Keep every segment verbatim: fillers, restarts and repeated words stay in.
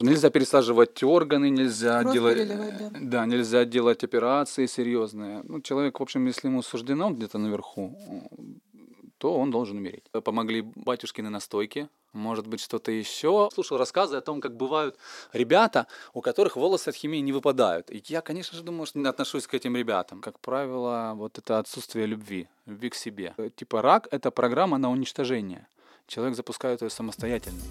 Нельзя пересаживать органы, нельзя Кровь делать, переливать, да. да, нельзя делать операции серьезные. Ну, человек, в общем, если ему суждено где-то наверху, то он должен умереть. Помогли батюшкины настойки, может быть, что-то еще. Слушал рассказы о том, как бывают ребята, у которых волосы от химии не выпадают. И я, конечно же, думаю, что не отношусь к этим ребятам. Как правило, вот это отсутствие любви, любви к себе. Типа рак – это программа на уничтожение. Человек запускает ее самостоятельно.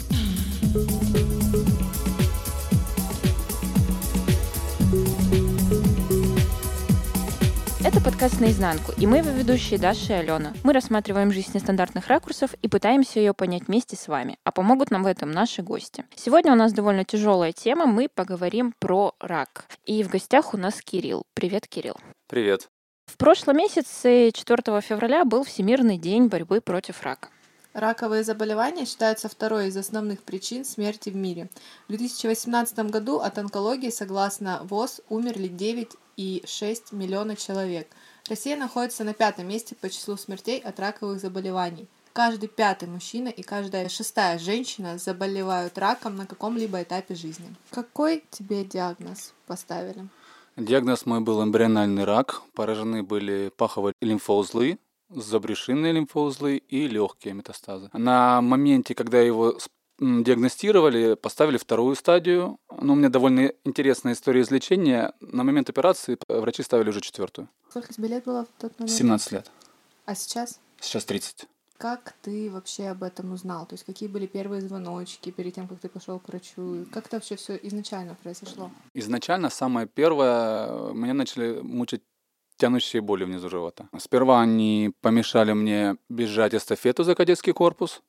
Это подкаст «Наизнанку», и мы его ведущие Даша и Алена. Мы рассматриваем жизнь с нестандартных ракурсов и пытаемся ее понять вместе с вами, а помогут нам в этом наши гости. Сегодня у нас довольно тяжелая тема, мы поговорим про рак. И в гостях у нас Кирилл. Привет, Кирилл. Привет. В прошлом месяце, четвёртого февраля, был Всемирный день борьбы против рака. Раковые заболевания считаются второй из основных причин смерти в мире. В две тысячи восемнадцатом году от онкологии, согласно ВОЗ, умерли девять и шесть десятых миллиона человек. Россия находится на пятом месте по числу смертей от раковых заболеваний. Каждый пятый мужчина и каждая шестая женщина заболевают раком на каком-либо этапе жизни. Какой тебе диагноз поставили? Диагноз мой был эмбриональный рак. Поражены были паховые лимфоузлы, забрюшинные лимфоузлы и легкие метастазы. На моменте, когда его диагностировали, поставили вторую стадию. Но у меня довольно интересная история излечения. На момент операции врачи ставили уже четвертую. Сколько тебе лет было в тот момент? семнадцать лет. А сейчас? Сейчас тридцать. Как ты вообще об этом узнал? То есть какие были первые звоночки перед тем, как ты пошел к врачу? Как это вообще все изначально произошло? Изначально самое первое, меня начали мучить тянущие боли внизу живота. Сперва они помешали мне бежать эстафету за кадетский корпус.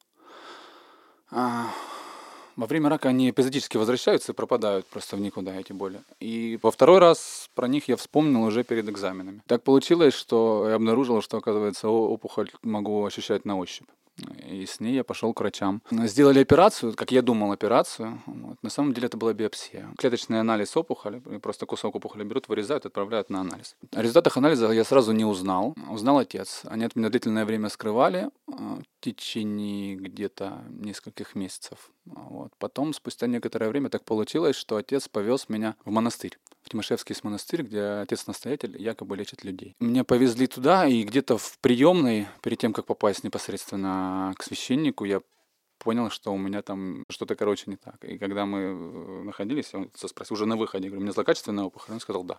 Во время рака они эпизодически возвращаются и пропадают просто в никуда, эти боли. И во второй раз про них я вспомнил уже перед экзаменами. Так получилось, что я обнаружил, что, оказывается, опухоль могу ощущать на ощупь. И с ней я пошел к врачам. Сделали операцию, как я думал, операцию. Вот. На самом деле это была биопсия. Клеточный анализ опухоли, просто кусок опухоли берут, вырезают, отправляют на анализ. О результатах анализа я сразу не узнал. Узнал отец. Они от меня длительное время скрывали, в течение где-то нескольких месяцев. Вот. Потом, спустя некоторое время, так получилось, что отец повез меня в монастырь. В Тимошевский монастырь, где отец-настоятель якобы лечит людей. Меня повезли туда, и где-то в приемной, перед тем, как попасть непосредственно к священнику, я понял, что у меня там что-то, короче, не так. И когда мы находились, он спросил уже на выходе, я говорю, у меня злокачественная опухоль? Он сказал, да.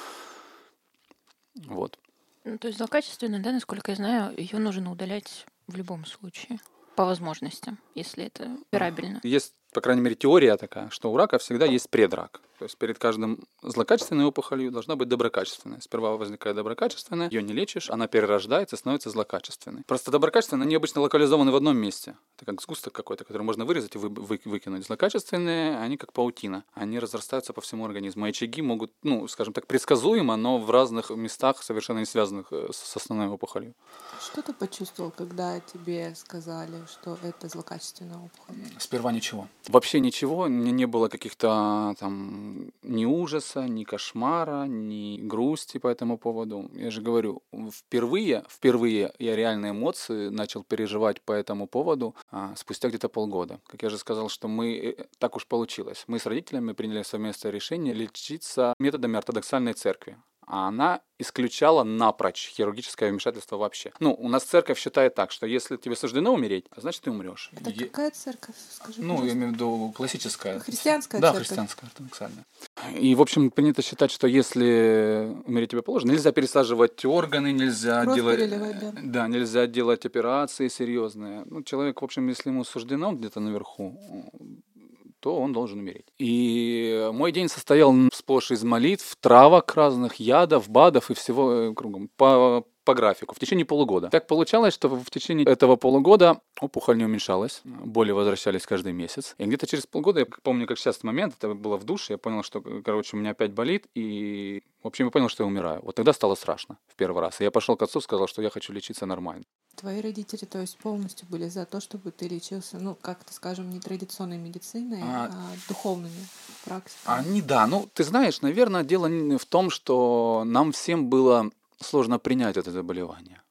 Вот. Ну, то есть злокачественная, да, насколько я знаю, ее нужно удалять в любом случае. По возможностям, если это операбельно. Есть, по крайней мере, теория такая, что у рака всегда есть предрак. То есть перед каждым злокачественной опухолью должна быть доброкачественная. Сперва возникает доброкачественная, ее не лечишь, она перерождается, становится злокачественной. Просто доброкачественные, они обычно локализованы в одном месте. Это как сгусток какой-то, который можно вырезать и вы, вы, выкинуть. Злокачественные, они как паутина. Они разрастаются по всему организму. Очаги могут, ну, скажем так, предсказуемо, но в разных местах, совершенно не связанных с основной опухолью. Что ты почувствовал, когда тебе сказали, что это злокачественная опухоль? Сперва ничего. Вообще ничего. Мне не было каких-то там ни ужаса, ни кошмара, ни грусти по этому поводу. Я же говорю, впервые, впервые я реальные эмоции начал переживать по этому поводу а, спустя где-то полгода. Как я же сказал, что мы, так уж получилось, мы с родителями приняли совместное решение лечиться методами ортодоксальной церкви. А она исключала напрочь хирургическое вмешательство вообще. Ну, у нас церковь считает так, что если тебе суждено умереть, значит ты умрешь. Это Е... какая церковь? Скажи, ну, я имею в виду классическая. Христианская да, церковь? Да, христианская, ортодоксальная. И, в общем, принято считать, что если умереть тебе положено, нельзя пересаживать органы, нельзя Кровь делать... переливать, да. Да, нельзя делать операции серьезные. Ну, человек, в общем, если ему суждено где-то наверху, то он должен умереть. И мой день состоял сплошь из молитв, травок разных, ядов, БАДов и всего кругом. По, по графику, в течение полугода. Так получалось, что в течение этого полугода опухоль не уменьшалась, боли возвращались каждый месяц. И где-то через полгода, я помню, как сейчас момент, это было в душе, я понял, что, короче, у меня опять болит, и, в общем, я понял, что я умираю. Вот тогда стало страшно в первый раз. И я пошел к отцу, сказал, что я хочу лечиться нормально. Твои родители, то есть, полностью были за то, чтобы ты лечился, ну, как-то, скажем, не традиционной медициной, а, а духовными практиками? Они, да. Ну, ты знаешь, наверное, дело в том, что нам всем было сложно принять это заболевание.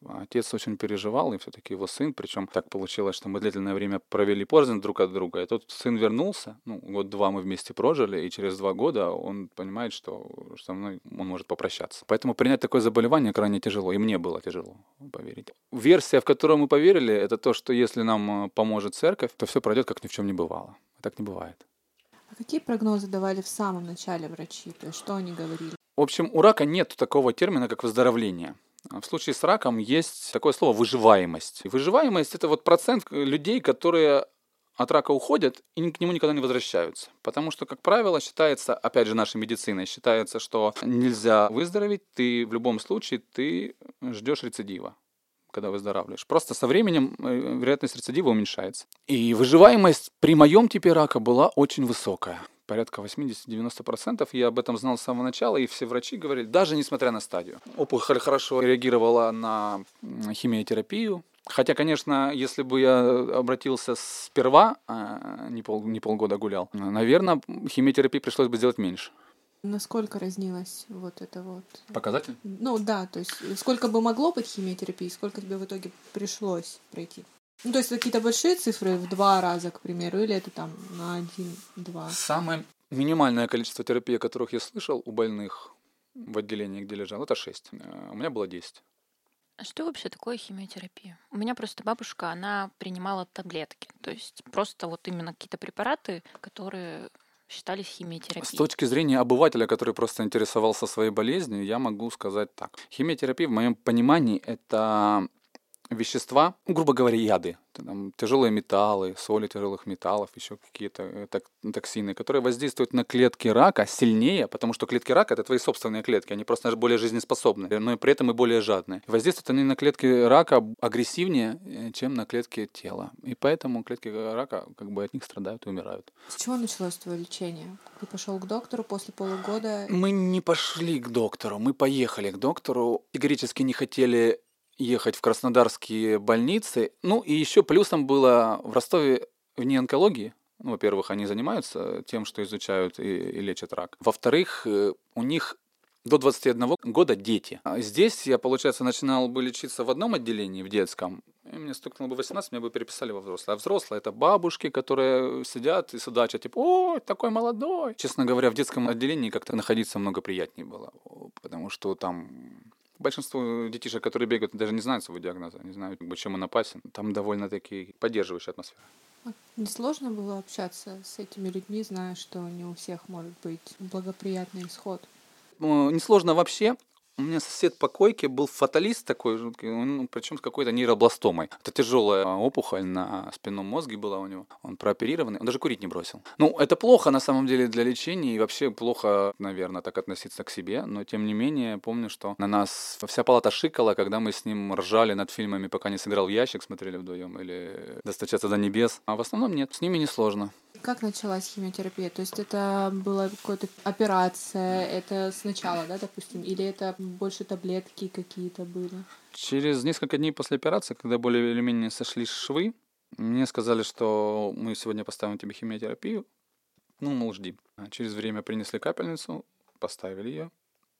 Отец очень переживал, и все-таки его сын, причем так получилось, что мы длительное время провели порознь друг от друга, и тут сын вернулся, ну, год-два мы вместе прожили, и через два года он понимает, что со мной он может попрощаться. Поэтому принять такое заболевание крайне тяжело, и мне было тяжело поверить. Версия, в которую мы поверили, это то, что если нам поможет церковь, то все пройдет, как ни в чем не бывало. А так не бывает. А какие прогнозы давали в самом начале врачи? То есть что они говорили? В общем, у рака нет такого термина, как выздоровление. В случае с раком есть такое слово «выживаемость». И выживаемость – это вот процент людей, которые от рака уходят и к нему никогда не возвращаются. Потому что, как правило, считается, опять же, нашей медициной, считается, что нельзя выздороветь, ты в любом случае ты ждешь рецидива, когда выздоравливаешь. Просто со временем вероятность рецидива уменьшается. И выживаемость при моем типе рака была очень высокая. Порядка восемьдесят-девяносто процентов. Я об этом знал с самого начала, и все врачи говорили, даже несмотря на стадию. Опухоль хорошо реагировала на химиотерапию. Хотя, конечно, если бы я обратился сперва, а не, пол, не полгода гулял, наверное, химиотерапии пришлось бы сделать меньше. Насколько разнилась вот это вот? Показатель? Ну да, то есть сколько бы могло быть химиотерапии, сколько тебе в итоге пришлось пройти? Ну, то есть какие-то большие цифры в два раза, к примеру, или это там на один-два? Самое минимальное количество терапий, которых я слышал у больных в отделении, где лежал, это шесть. У меня было десять. А что вообще такое химиотерапия? У меня просто бабушка, она принимала таблетки. То есть просто вот именно какие-то препараты, которые считались химиотерапией. С точки зрения обывателя, который просто интересовался своей болезнью, я могу сказать так. Химиотерапия, в моем понимании, это вещества, ну, грубо говоря, яды, там, тяжелые металлы, соли тяжелых металлов, еще какие-то так, токсины, которые воздействуют на клетки рака сильнее, потому что клетки рака — это твои собственные клетки, они просто более жизнеспособны, но и при этом и более жадные. Воздействуют они на клетки рака агрессивнее, чем на клетки тела. И поэтому клетки рака как бы от них страдают и умирают. С чего началось твое лечение? Ты пошел к доктору после полугода? Мы не пошли к доктору, мы поехали к доктору. Категорически не хотели ехать в краснодарские больницы. Ну и еще плюсом было в Ростове вне онкологии. Ну, во-первых, они занимаются тем, что изучают и, и лечат рак. Во-вторых, у них до двадцати одного года дети. А здесь я, получается, начинал бы лечиться в одном отделении, в детском. И мне стукнуло бы восемнадцать, меня бы переписали во взрослое. А взрослые — это бабушки, которые сидят и судачат, типа, о, такой молодой. Честно говоря, в детском отделении как-то находиться много приятнее было. Потому что там большинство детишек, которые бегают, даже не знают своего диагноза, не знают, чем он опасен. Там довольно-таки поддерживающая атмосфера. Не сложно было общаться с этими людьми, зная, что не у всех может быть благоприятный исход? Несложно вообще. У меня сосед по койке был фаталист такой жуткий, он, причем с какой-то нейробластомой. Это тяжелая опухоль на спинном мозге была у него. Он прооперированный, он даже курить не бросил. Ну, это плохо на самом деле для лечения, и вообще плохо, наверное, так относиться к себе. Но тем не менее, помню, что на нас вся палата шикала, когда мы с ним ржали над фильмами, пока не сыграл в ящик, смотрели вдвоем, или «Достучаться до небес». А в основном нет, с ними несложно. Как началась химиотерапия? То есть это была какая-то операция, это сначала, да, допустим, или это больше таблетки какие-то были? Через несколько дней после операции, когда более или менее сошли швы, мне сказали, что мы сегодня поставим тебе химиотерапию. Ну, мол, жди. Через время принесли капельницу, поставили ее.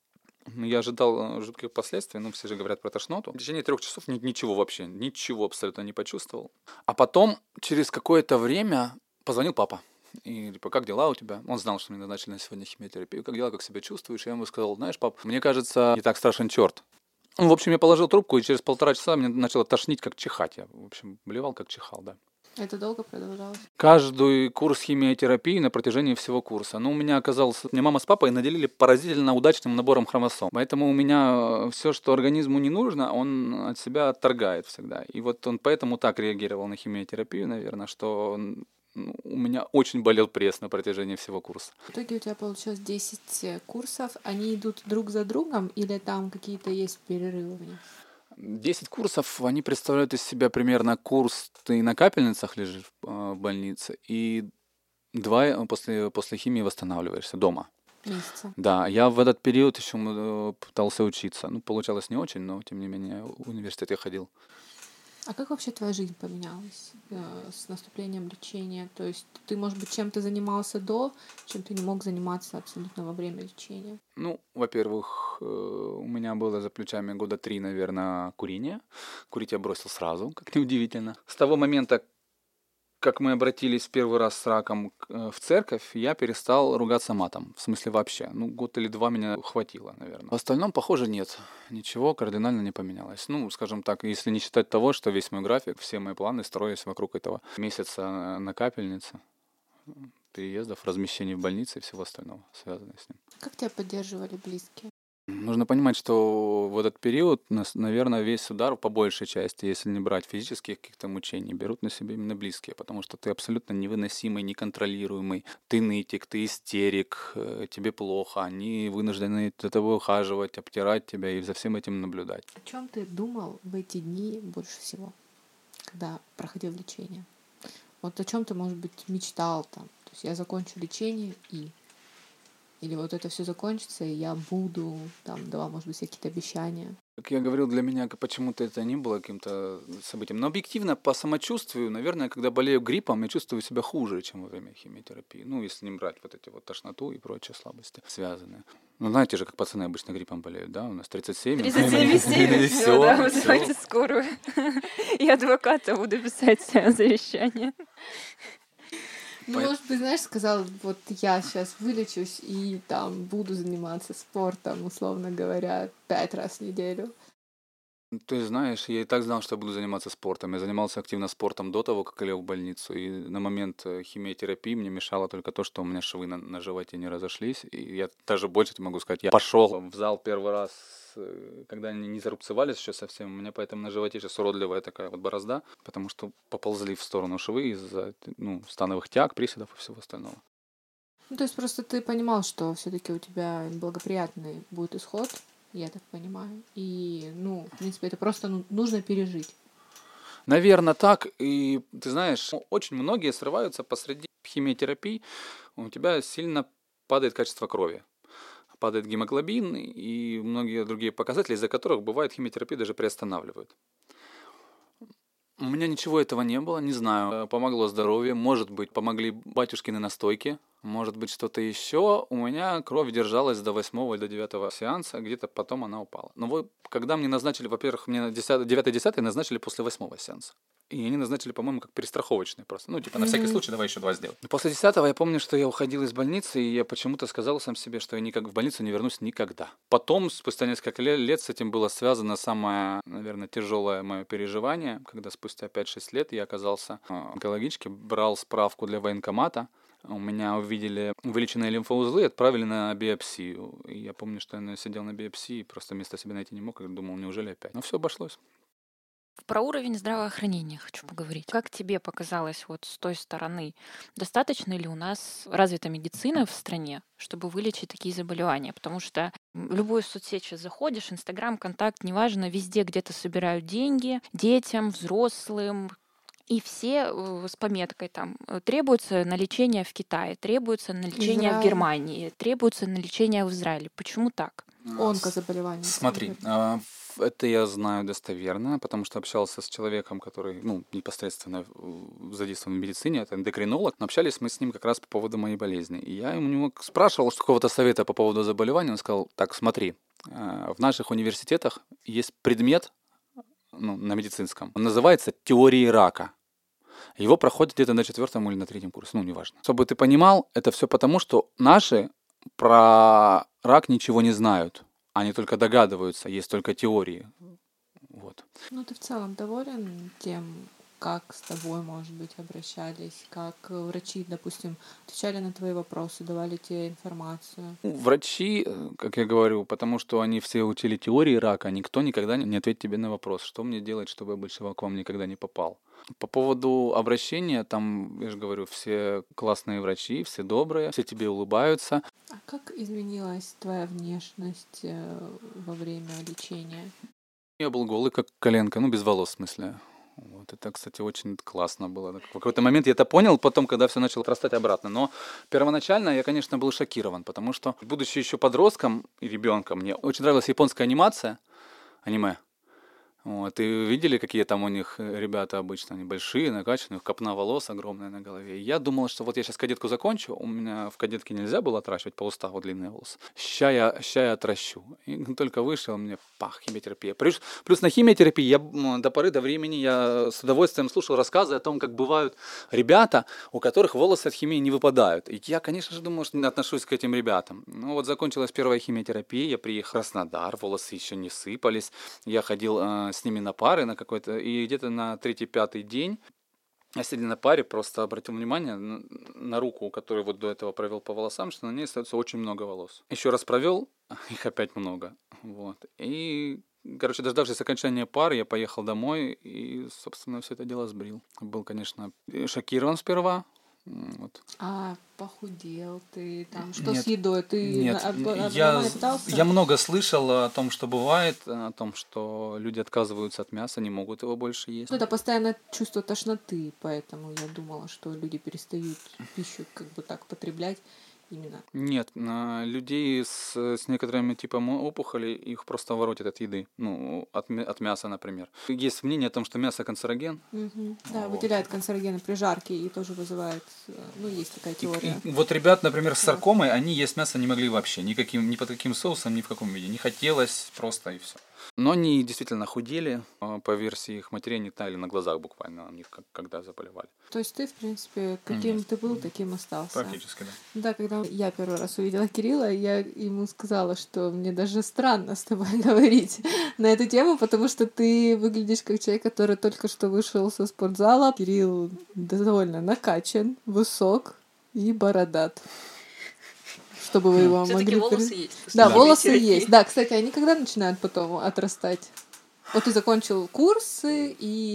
Я ожидал жутких последствий, ну, все же говорят про тошноту. В течение трех часов ничего вообще, ничего абсолютно не почувствовал. А потом, через какое-то время, позвонил папа. И типа, как дела у тебя? Он знал, что мне назначили на сегодня химиотерапию. Как дела, как себя чувствуешь? Я ему сказал, знаешь, пап, мне кажется, не так страшен черт. Ну, в общем, я положил трубку, и через полтора часа мне начало тошнить, как чихать. Я, в общем, блевал, как чихал, да. Это долго продолжалось? Каждый курс химиотерапии на протяжении всего курса. Ну, у меня оказалось, мне мама с папой наделили поразительно удачным набором хромосом. Поэтому у меня все, что организму не нужно, он от себя отторгает всегда. И вот он поэтому так реагировал на химиотерапию, наверное, что он, ну, у меня очень болел пресс на протяжении всего курса. В итоге у тебя получилось десять курсов. Они идут друг за другом или там какие-то есть перерывы в них? десять курсов, они представляют из себя примерно курс, ты на капельницах лежишь в больнице, и два после, после химии восстанавливаешься дома. Месяца. Да, я в этот период еще пытался учиться. Ну, получалось не очень, но тем не менее в университет я ходил. А как вообще твоя жизнь поменялась э, с наступлением лечения? То есть ты, может быть, чем-то занимался до, чем ты не мог заниматься абсолютно во время лечения? Ну, во-первых, э, у меня было за плечами года три, наверное, курения. Курить я бросил сразу, как неудивительно. С того момента, как мы обратились в первый раз с раком к- э, в церковь, я перестал ругаться матом. В смысле вообще. Ну, год или два меня хватило, наверное. В остальном, похоже, нет. Ничего кардинально не поменялось. Ну, скажем так, если не считать того, что весь мой график, все мои планы строились вокруг этого месяца э, на капельнице, переездов, размещений в больнице и всего остального, связанного с ним. Как тебя поддерживали близкие? Нужно понимать, что в этот период, нас- наверное, весь удар по большей части, если не брать физических каких-то мучений, берут на себя именно близкие, потому что ты абсолютно невыносимый, неконтролируемый, ты нытик, ты истерик, э, тебе плохо, они вынуждены за тобой ухаживать, обтирать тебя и за всем этим наблюдать. О чем ты думал в эти дни больше всего, когда проходил лечение? Вот о чем ты, может быть, мечтал там? То есть я закончу лечение и... Или вот это все закончится, и я буду, там, давал, может быть, все какие-то обещания. Как я говорил, для меня к- почему-то это не было каким-то событием. Но объективно, по самочувствию, наверное, когда болею гриппом, я чувствую себя хуже, чем во время химиотерапии. Ну, если не брать вот эти вот тошноту и прочие слабости связанные. Ну, знаете же, как пацаны обычно гриппом болеют, да? У нас тридцать семь. тридцать семь и семь, И все, всё, да, всё. вызывайте скорую. И адвоката буду писать завещание. Ну, По- может быть, знаешь, сказал, вот я сейчас вылечусь и там буду заниматься спортом, условно говоря, пять раз в неделю. Ты знаешь, я и так знал, что я буду заниматься спортом. Я занимался активно спортом до того, как лег в больницу. И на момент э, химиотерапии мне мешало только то, что у меня швы на, на животе не разошлись. И я даже больше тебе могу сказать. Я пошел в зал первый раз, э, когда они не зарубцевались еще совсем. У меня поэтому на животе сейчас уродливая такая вот борозда, потому что поползли в сторону швы из-за ну, становых тяг, приседов и всего остального. Ну, то есть просто ты понимал, что все-таки у тебя благоприятный будет исход, я так понимаю. И, ну, в принципе, это просто ну, нужно пережить. Наверное, так. И ты знаешь, ну, очень многие срываются посреди химиотерапии. У тебя сильно падает качество крови. Падает гемоглобин и многие другие показатели, из-за которых бывает химиотерапию даже приостанавливают. У меня ничего этого не было, не знаю. Э, Помогло здоровье, может быть, помогли батюшкины настойки, может быть, что-то еще. У меня кровь держалась до восьмого или до девятого сеанса, где-то потом она упала. Но вот когда мне назначили, во-первых, мне на девятый-десятый назначили после восьмого сеанса. И они назначили, по-моему, как перестраховочный просто. Ну, типа, на всякий Мгм. случай давай еще два сделаем. После десятого я помню, что я уходил из больницы, и я почему-то сказал сам себе, что я никак в больницу не вернусь никогда. Потом, спустя несколько ле- лет, с этим было связано самое, наверное, тяжелое мое переживание, когда спустя пять-шесть лет я оказался э, в онкологичке, брал справку для военкомата. У меня увидели вылеченные лимфоузлы и отправили на биопсию. И я помню, что я сидел на биопсии, просто места себе найти не мог, и думал, неужели опять? Но все обошлось. Про уровень здравоохранения хочу поговорить. Как тебе показалось вот с той стороны, достаточно ли у нас развита медицина в стране, чтобы вылечить такие заболевания? Потому что в любую соцсеть сейчас заходишь, Инстаграм, Контакт, неважно, везде где-то собирают деньги детям, взрослым, и все э, с пометкой там э, требуется на лечение в Китае, требуется на лечение в Израиль. Германии, требуется на лечение в Израиле. Почему так? Онкозаболевания. Смотри, а, ф- это я знаю достоверно, потому что общался с человеком, который, ну, непосредственно в- задействован в медицине, это эндокринолог. Но общались мы с ним как раз по поводу моей болезни. И я у него спрашивал какого-то совета по поводу заболевания. Он сказал, так, смотри, а, в наших университетах есть предмет, ну, на медицинском, он называется «Теории рака». Его проходят где-то на четвертом или на третьем курсе, ну, неважно. Чтобы ты понимал, это все потому, что наши про рак ничего не знают. Они только догадываются, есть только теории. Вот. Ну, ты в целом доволен тем, как с тобой, может быть, обращались, как э, врачи, допустим, отвечали на твои вопросы, давали тебе информацию? Ну, Врачи, э, как я говорю, потому что они все учили теории рака, никто никогда не не ответит тебе на вопрос, что мне делать, чтобы я больше к вам никогда не попал. По поводу обращения, там, я же говорю, все классные врачи, все добрые, все тебе улыбаются. А как изменилась твоя внешность э, во время лечения? Я был голый, как коленка, ну, без волос, в смысле. Вот, это, кстати, очень классно было. Так, в какой-то момент я это понял, потом, когда все начало отрастать обратно. Но первоначально я, конечно, был шокирован, потому что, будучи еще подростком и ребенком, мне очень нравилась японская анимация, аниме. Вот. И видели, какие там у них э, ребята обычно? Они большие, накачанные, у них копна волос огромная на голове. И я думал, что вот я сейчас кадетку закончу, у меня в кадетке нельзя было отращивать по уставу длинные волосы. Ща я, ща я отращу. И только вышел, мне пах, химиотерапия. Плюс, плюс на химиотерапии я м, до поры до времени я с удовольствием слушал рассказы о том, как бывают ребята, у которых волосы от химии не выпадают. И я, конечно же, думал, что не отношусь к этим ребятам. Ну вот закончилась первая химиотерапия, я приехал в Краснодар, волосы еще не сыпались. Я ходил э, с ними на пары на какой-то, и где-то на третий-пятый день я сидя на паре, просто обратил внимание на, на руку, которую вот до этого провел по волосам, что на ней остается очень много волос. Еще раз провел, их опять много. Вот. И, короче, дождавшись окончания пары, я поехал домой и, собственно, все это дело сбрил. Был, конечно, шокирован сперва. Вот. А похудел ты там? Что Нет, с едой? Ты Нет, на- об- об- я, нормально питался? я много слышал о том, что бывает, о том, что люди отказываются от мяса, не могут его больше есть. Ну, это постоянно чувство тошноты, поэтому я думала, что люди перестают пищу как бы так потреблять именно. Нет, на людей с, с некоторыми типами опухолей их просто воротит от еды, ну, от, мя- от мяса, например. Есть мнение о том, что мясо канцероген. Мгм. Да, Вот. выделяет канцерогены при жарке и тоже вызывает, э, ну, есть такая И- теория. и вот ребят, например, с саркомой, они есть мясо не могли вообще, никаким, ни под каким соусом, ни в каком виде. Не хотелось просто и все. Но они действительно худели, а, по версии их матерей, они таяли на глазах буквально, у них как- когда заболевали. То есть ты, в принципе, каким Нет. ты был, таким остался. Практически, да. Да, когда я первый раз увидела Кирилла, я ему сказала, что мне даже странно с тобой говорить на эту тему, потому что ты выглядишь как человек, который только что вышел со спортзала. Кирилл довольно накачан, высок и бородат. Чтобы вы его Все-таки могли... волосы при- есть. Да, Да. волосы Терапия. есть. Да, кстати, они когда начинают потом отрастать? Вот ты закончил курсы,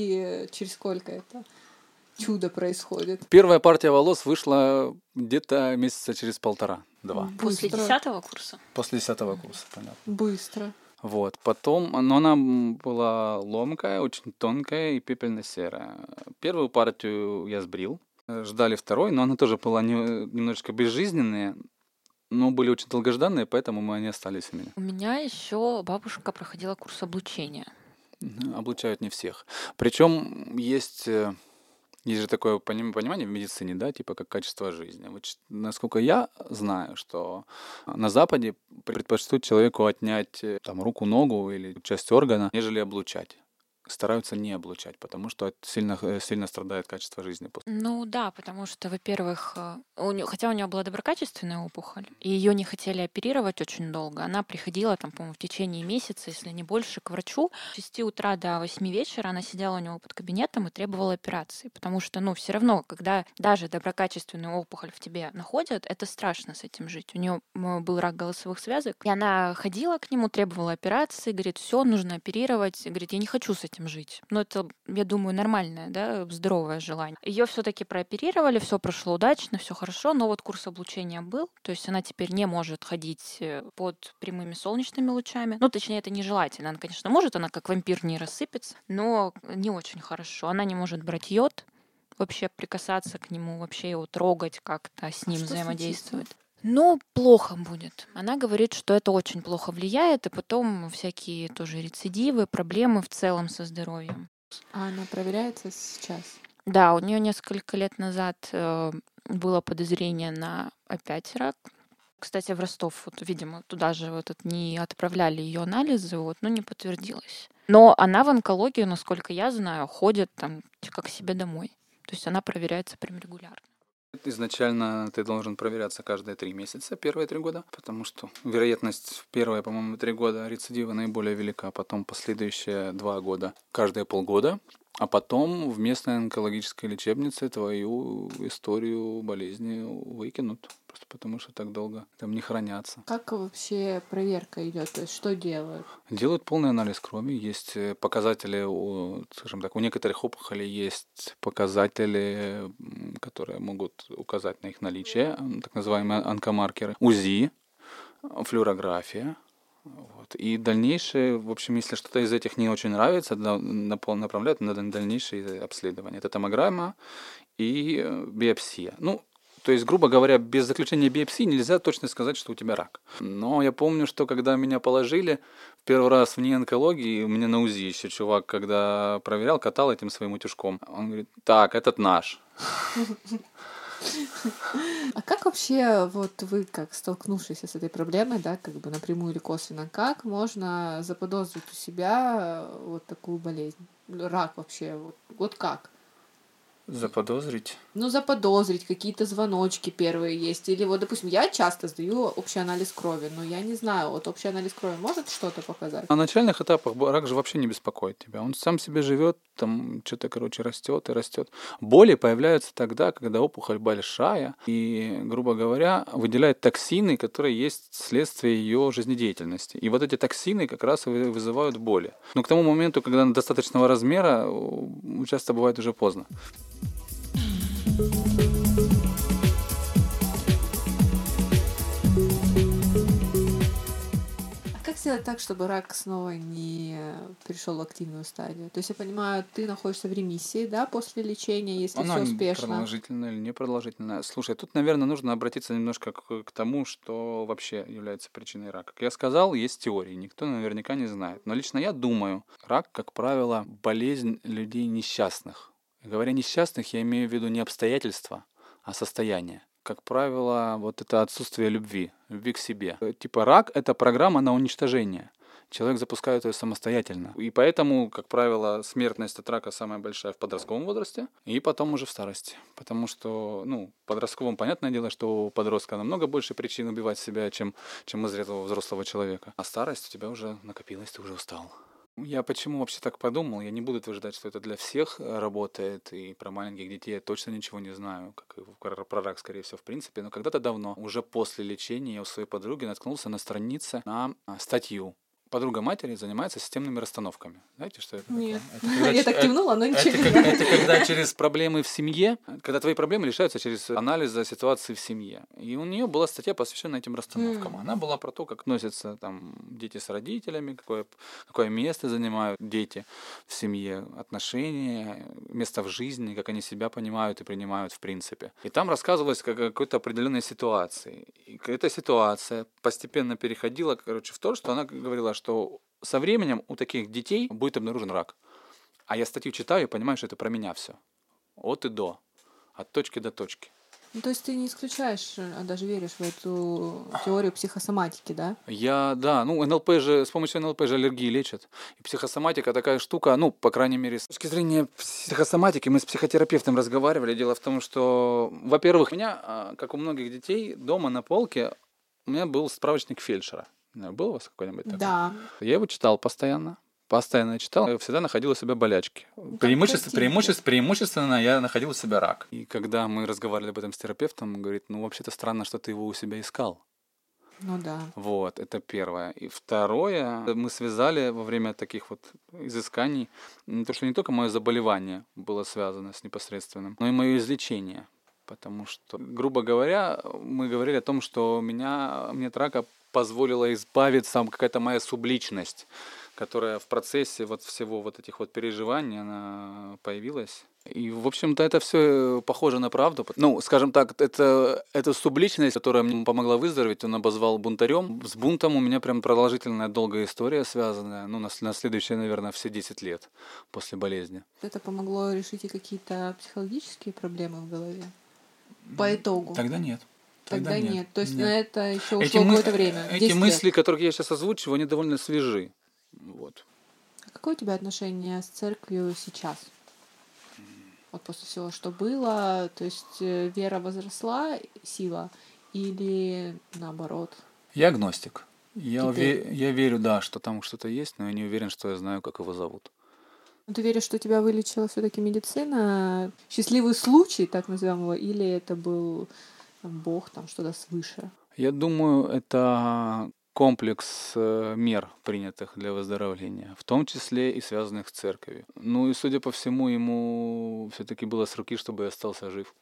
и через сколько это чудо происходит? Первая партия волос вышла где-то месяца через полтора-два. После Быстро. десятого курса. После десятого курса, понятно. Быстро. Вот, потом, но она м, была ломкая, очень тонкая и пепельно-серая. Первую партию я сбрил, э, ждали второй, но она тоже была не- немножечко безжизненная, но были очень долгожданные, поэтому мы они остались у меня. У меня еще бабушка проходила курс облучения. Мгм, Облучают не всех. Причем есть, э, есть же такое поним- понимание в медицине, да, типа как качество жизни. Вот, ч- насколько я знаю, что на Западе предпочтут человеку отнять э, там руку, ногу или часть органа, нежели облучать. Стараются не облучать, потому что это сильно, э, сильно страдает качество жизни. после. Ну да, потому что, во-первых, э, у неё- хотя у нее была доброкачественная опухоль, и ее не хотели оперировать очень долго, она приходила там, по-моему, в течение месяца, если не больше, к врачу. С шести утра до восьми вечера она сидела у него под кабинетом и требовала операции, потому что, ну, все равно, когда даже доброкачественную опухоль в тебе находят, это страшно с этим жить. У нее был рак голосовых связок, и она ходила к нему, требовала операции, говорит, все, нужно оперировать, говорит, я не хочу с этим жить. Ну, это, я думаю, нормальное, да, здоровое желание. Ее все-таки прооперировали, все прошло удачно, все хорошо, но вот курс облучения был, то есть она теперь не может ходить э, под прямыми солнечными лучами. Ну, точнее, это нежелательно. Она, конечно, может, она как вампир не рассыпется, но не очень хорошо. Она не может брать йод, вообще прикасаться к нему, вообще его трогать как-то, с ним что взаимодействовать. Но плохо будет. Она говорит, что это очень плохо влияет, и потом всякие тоже рецидивы, проблемы в целом со здоровьем. А она проверяется сейчас? Да, у нее несколько лет назад э, было подозрение на опять рак. Кстати, в Ростов, вот, видимо, туда же вот это не отправляли ее анализы, вот, но не подтвердилось. Но она в онкологию, насколько я знаю, ходит там как к себе домой. То есть она проверяется прям регулярно. Изначально ты должен проверяться каждые три месяца, первые три года, потому что вероятность в первые, по-моему, три года рецидива наиболее велика, потом последующие два года каждые полгода, а потом в местной онкологической лечебнице твою историю болезни выкинут, просто потому что так долго там не хранятся. Как вообще проверка идет? То есть что делают? Делают полный анализ крови, есть э, показатели, у, скажем так, у некоторых опухолей есть показатели, м, которые могут указать на их наличие, м, так называемые онкомаркеры, УЗИ, флюорография. Вот. И дальнейшее, в общем, если что-то из этих не очень нравится, да, напол- направляют на д- дальнейшие обследования. Это томограмма и э, биопсия. Ну, то есть, грубо говоря, без заключения биопсии нельзя точно сказать, что у тебя рак. Но я помню, что когда меня положили, Первый раз вне онкологии, мне на УЗИ еще чувак, когда проверял, катал этим своим утюжком. Он говорит, так, этот наш. А как вообще, вот вы, как столкнувшиеся с этой проблемой, да, как бы напрямую или косвенно, как можно заподозрить у себя вот такую болезнь? Рак вообще, вот, вот как? Заподозрить? Ну, заподозрить, какие-то звоночки первые есть. Или вот, допустим, я часто сдаю общий анализ крови, но я не знаю, вот общий анализ крови может что-то показать? На начальных этапах рак же вообще не беспокоит тебя. Он сам себе живет, там что-то, короче, растет и растет. Боли появляются тогда, когда опухоль большая и, грубо говоря, выделяет токсины, которые есть следствие ее жизнедеятельности. И вот эти токсины как раз и вызывают боли. Но к тому моменту, когда она достаточного размера, часто бывает уже поздно. Как сделать так, чтобы рак снова не перешел в активную стадию? То есть я понимаю, ты находишься в ремиссии, да, после лечения, если Она все успешно. продолжительная или непродолжительная. Слушай, тут, наверное, нужно обратиться немножко к, к тому, что вообще является причиной рака. Как я сказал, есть теории, никто наверняка не знает. Но лично я думаю, рак, как правило, болезнь людей несчастных. Говоря несчастных, я имею в виду не обстоятельства, а состояние. Как правило, вот это отсутствие любви, любви к себе. Типа рак — это программа на уничтожение. Человек запускает ее самостоятельно. И поэтому, как правило, смертность от рака самая большая в подростковом возрасте и потом уже в старости. Потому что, ну, в подростковом, понятное дело, что у подростка намного больше причин убивать себя, чем, чем у зрелого взрослого человека. А старость у тебя уже накопилась, ты уже устал. Я почему вообще так подумал? Я не буду утверждать, что это для всех работает, и про маленьких детей я точно ничего не знаю, как и про про рак, скорее всего, в принципе. Но когда-то давно, уже после лечения, я у своей подруги наткнулся на странице на а, статью. Подруга матери занимается системными расстановками. Знаете, что это такое? Нет. Это когда Я ч- так кивнула, но ничего это, не как- знаю. это когда через проблемы в семье, когда твои проблемы решаются через анализ ситуации в семье. И у нее была статья, посвященная этим расстановкам. М. Она была про то, как относятся там дети с родителями, какое, какое место занимают дети в семье, отношения, место в жизни, как они себя понимают и принимают в принципе. И там рассказывалось о какой-то определенной ситуации. И эта ситуация постепенно переходила, короче, в то, что она говорила, что со временем у таких детей будет обнаружен рак. А я статью читаю и понимаю, что это про меня все. От и до. От точки до точки. Ну, то есть ты не исключаешь, а даже веришь в эту теорию психосоматики, да? Я, да, ну, эн эл пэ же, с помощью эн эл пэ же аллергии лечат. И психосоматика такая штука, ну, по крайней мере, с точки зрения психосоматики, мы с психотерапевтом разговаривали. Дело в том, что, во-первых, у меня, как у многих детей, дома на полке у меня был справочник фельдшера. Был у вас какой-нибудь такой? Да. Я его читал постоянно. Постоянно читал, я всегда находил у себя болячки. как Преимущество, картинки. преимущество, преимущественно я находил у себя рак. И когда мы разговаривали об этом с терапевтом, он говорит, ну, вообще-то странно, что ты его у себя искал. Ну да. Вот, это первое. И второе, мы связали во время таких вот изысканий, м, то, что не только мое заболевание было связано с непосредственным, но и мое излечение. Потому что, грубо говоря, мы говорили о том, что меня, мне от рака позволила избавиться какая-то моя субличность, которая в процессе вот всего вот этих вот переживаний, она появилась. И, в общем-то, это все похоже на правду. Ну, скажем так, это, это субличность, которая мне помогла выздороветь, он обозвал бунтарем. С бунтом у меня прям продолжительная долгая история связанная, ну, на, на следующие, наверное, все десять лет после болезни. Это помогло решить и какие-то психологические проблемы в голове? По итогу? Тогда нет. Тогда нет. То есть Нет. на это еще Эти, ушло мы- какое-то время. эти десять лет. мысли, которые я сейчас озвучиваю, они довольно свежи. Вот. А какое у тебя отношение с церковью сейчас? Вот после всего, что было, то есть э, вера возросла, сила, или наоборот? Я агностик. Я, Теперь. уве- я верю, да, что там что-то есть, но я не уверен, что я знаю, как его зовут. Ну, ты веришь, что тебя вылечила все-таки медицина? Счастливый случай, так назовем его, или это был там, Бог, там что-то свыше? Я думаю, это комплекс э, мер, принятых для выздоровления, в том числе и связанных с церковью. Ну и, судя по всему, ему все-таки было с руки, чтобы я остался жив.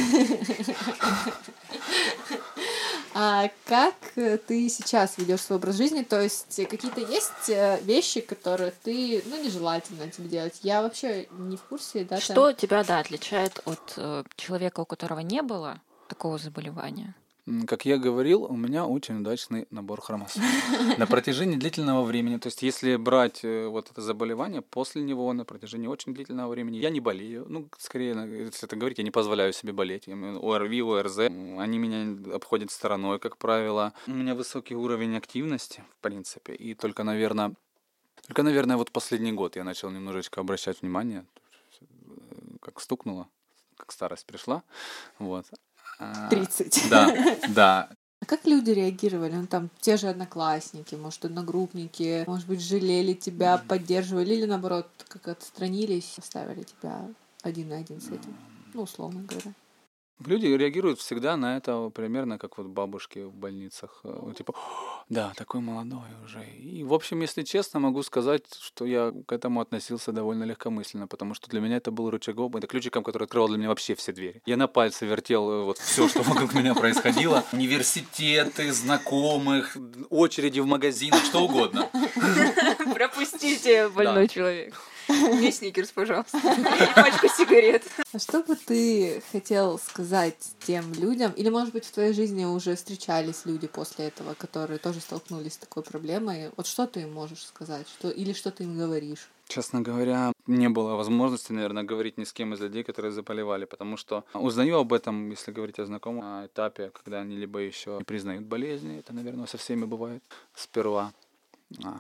А как э, ты сейчас ведешь свой образ жизни? То есть э, какие-то есть э, вещи, которые ты, ну, нежелательно тебе делать? Я вообще не в курсе, да? там- Что тебя, да, отличает от э, человека, у которого не было такого заболевания? М, Как я говорил, у меня очень удачный набор хромосом. На протяжении длительного времени, то есть если брать э, вот это заболевание, после него на протяжении очень длительного времени я не болею. Ну, скорее, на- если это говорить, я не позволяю себе болеть. Я имею в виду ОРВИ, ОРЗ, м, они меня обходят стороной, как правило. У меня высокий уровень активности, в принципе, и только, наверное, только, наверное, вот последний год я начал немножечко обращать внимание, э, как стукнуло, как старость пришла, вот. А, тридцать. Да, да. А как люди реагировали? Ну, там, те же одноклассники, может, одногруппники, может быть, жалели тебя, поддерживали или, наоборот, как отстранились, оставили тебя один на один с этим? Ну, условно говоря. Люди реагируют всегда на это примерно как вот бабушки в больницах. э, вот Типа, «О, да, такой молодой уже. И, в общем, если честно, могу сказать, что я к этому относился довольно легкомысленно, потому что для меня это был рычагом, это ключиком, который открывал для меня вообще все двери. Я на пальце вертел э, вот все, что вокруг меня происходило. Университеты, знакомых, очереди в магазинах, что угодно. Пропустите, больной человек. Мне сникерс, пожалуйста. И пачку сигарет. А что бы ты хотел сказать тем людям, или, может быть, в твоей жизни уже встречались люди после этого, которые тоже столкнулись с такой проблемой? Вот что ты им можешь сказать? Что... Или что ты им говоришь? Честно говоря, не было возможности, наверное, говорить ни с кем из людей, которые заболевали, потому что узнаю об этом, если говорить о знакомом, на этапе, когда они либо еще не признают болезни, это, наверное, со всеми бывает сперва. А,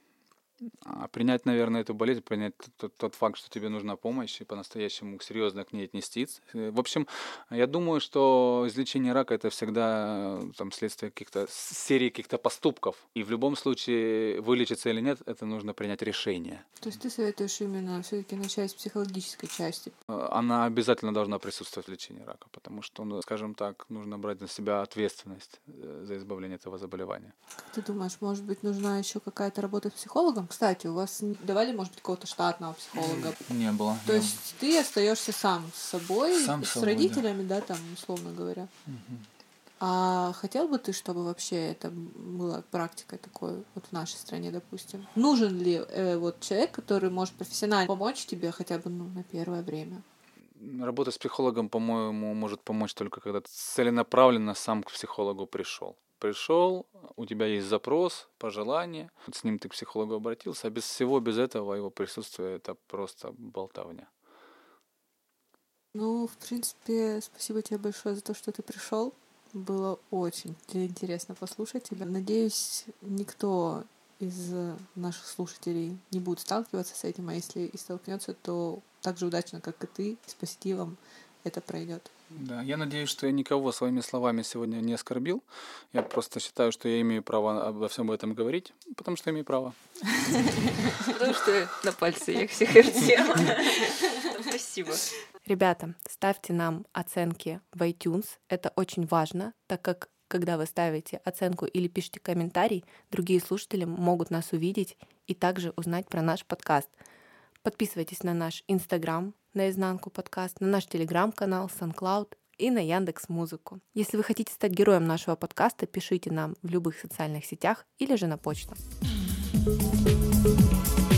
а принять, наверное, эту болезнь, принять тот, тот факт, что тебе нужна помощь и по-настоящему серьезно к ней отнестись. Э, В общем, я думаю, что излечение рака это всегда э, там, следствие каких-то с- серии каких-то поступков. И в любом случае, вылечиться или нет, это нужно принять решение. То есть ты советуешь именно все-таки начать с психологической части? Э, Она обязательно должна присутствовать в лечении рака, потому что, ну, скажем так, нужно брать на себя ответственность э, за избавление от этого заболевания. Как ты думаешь, может быть, нужна еще какая-то работа с психологом? Кстати, у вас не давали, может быть, какого-то штатного психолога? Не было. То есть ты остаешься сам с собой, Сам с с собой, да. родителями, да, там, условно говоря. А хотел бы ты, чтобы вообще это было практикой такой вот в нашей стране, допустим? Нужен ли э, вот человек, который может профессионально помочь тебе хотя бы ну, на первое время? Работа с психологом, по-моему, может помочь только когда ты целенаправленно сам к психологу пришел. Пришел, у тебя есть запрос, пожелание, вот с ним ты к психологу обратился, а без всего, без этого его присутствие это просто болтовня. Ну, в принципе, спасибо тебе большое за то, что ты пришел. Было очень интересно послушать тебя. Надеюсь, никто из наших слушателей не будет сталкиваться с этим, а если и столкнется, то так же удачно, как и ты, с позитивом это пройдет. Да, я надеюсь, что я никого своими словами сегодня не оскорбил. Я просто считаю, что я имею право обо всем этом говорить, потому что имею право. Потому что на пальце я их всех вертела. Спасибо. Ребята, ставьте нам оценки в iTunes. Это очень важно, так как когда вы ставите оценку или пишете комментарий, другие слушатели могут нас увидеть и также узнать про наш подкаст. Подписывайтесь на наш Инстаграм, наизнанку подкаст, на наш Телеграм-канал, SoundCloud и на Яндекс.Музыку. Если вы хотите стать героем нашего подкаста, пишите нам в любых социальных сетях или же на почту.